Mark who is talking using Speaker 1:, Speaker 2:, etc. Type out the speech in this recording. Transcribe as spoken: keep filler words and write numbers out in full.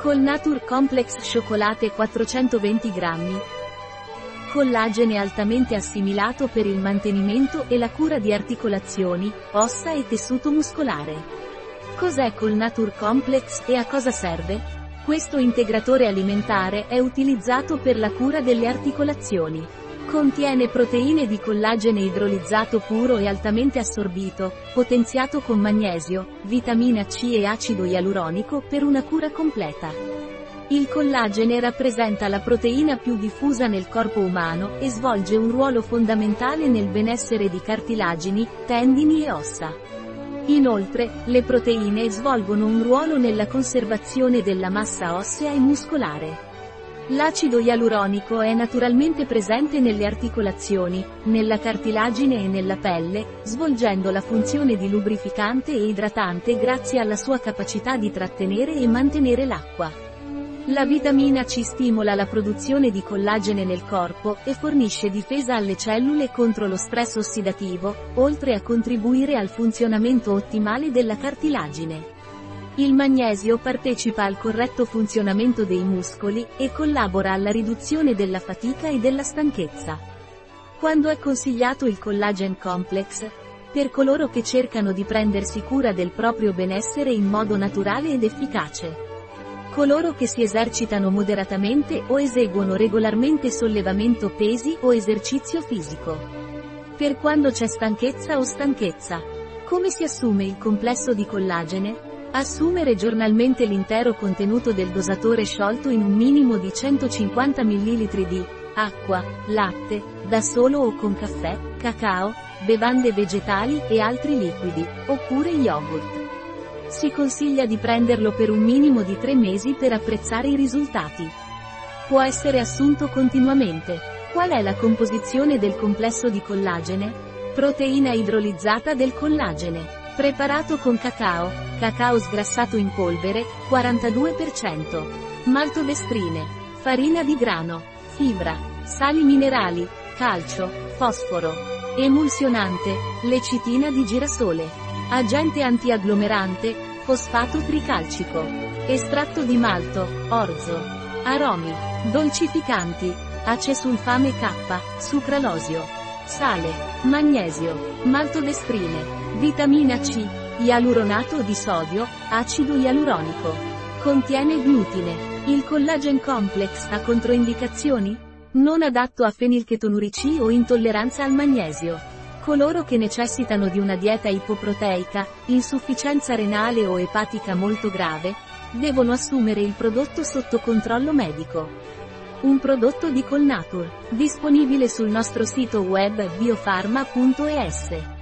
Speaker 1: Colnature Complex Cioccolate quattrocentoventi grammi. Collagene altamente assimilato per il mantenimento e la cura di articolazioni, ossa e tessuto muscolare. Cos'è Colnature Complex e a cosa serve? Questo integratore alimentare è utilizzato per la cura delle articolazioni. Contiene proteine di collagene idrolizzato puro e altamente assorbito, potenziato con magnesio, vitamina C e acido ialuronico per una cura completa. Il collagene rappresenta la proteina più diffusa nel corpo umano e svolge un ruolo fondamentale nel benessere di cartilagini, tendini e ossa. Inoltre, le proteine svolgono un ruolo nella conservazione della massa ossea e muscolare. L'acido ialuronico è naturalmente presente nelle articolazioni, nella cartilagine e nella pelle, svolgendo la funzione di lubrificante e idratante grazie alla sua capacità di trattenere e mantenere l'acqua. La vitamina C stimola la produzione di collagene nel corpo e fornisce difesa alle cellule contro lo stress ossidativo, oltre a contribuire al funzionamento ottimale della cartilagine. Il magnesio partecipa al corretto funzionamento dei muscoli e collabora alla riduzione della fatica e della stanchezza. Quando è consigliato il Collagen Complex? Per coloro che cercano di prendersi cura del proprio benessere in modo naturale ed efficace. Coloro che si esercitano moderatamente o eseguono regolarmente sollevamento pesi o esercizio fisico. Per quando c'è stanchezza o stanchezza. Come si assume il complesso di collagene? Assumere giornalmente l'intero contenuto del dosatore sciolto in un minimo di centocinquanta millilitri di acqua, latte, da solo o con caffè, cacao, bevande vegetali e altri liquidi, oppure yogurt. Si consiglia di prenderlo per un minimo di tre mesi per apprezzare i risultati. Può essere assunto continuamente. Qual è la composizione del complesso di collagene? Proteina idrolizzata del collagene. Preparato con cacao, cacao sgrassato in polvere, quarantadue per cento. Maltodestrine. Farina di grano. Fibra. Sali minerali. Calcio. Fosforo. Emulsionante. Lecitina di girasole. Agente antiagglomerante. Fosfato tricalcico. Estratto di malto. Orzo. Aromi. Dolcificanti. Acesulfame K. Sucralosio. Sale. Magnesio. Maltodestrine. Vitamina C, ialuronato di sodio, acido ialuronico. Contiene glutine. Il Collagen Complex ha controindicazioni? Non adatto a fenilchetonurici o intolleranza al magnesio. Coloro che necessitano di una dieta ipoproteica, insufficienza renale o epatica molto grave, devono assumere il prodotto sotto controllo medico. Un prodotto di Colnature, disponibile sul nostro sito web biofarma punto es.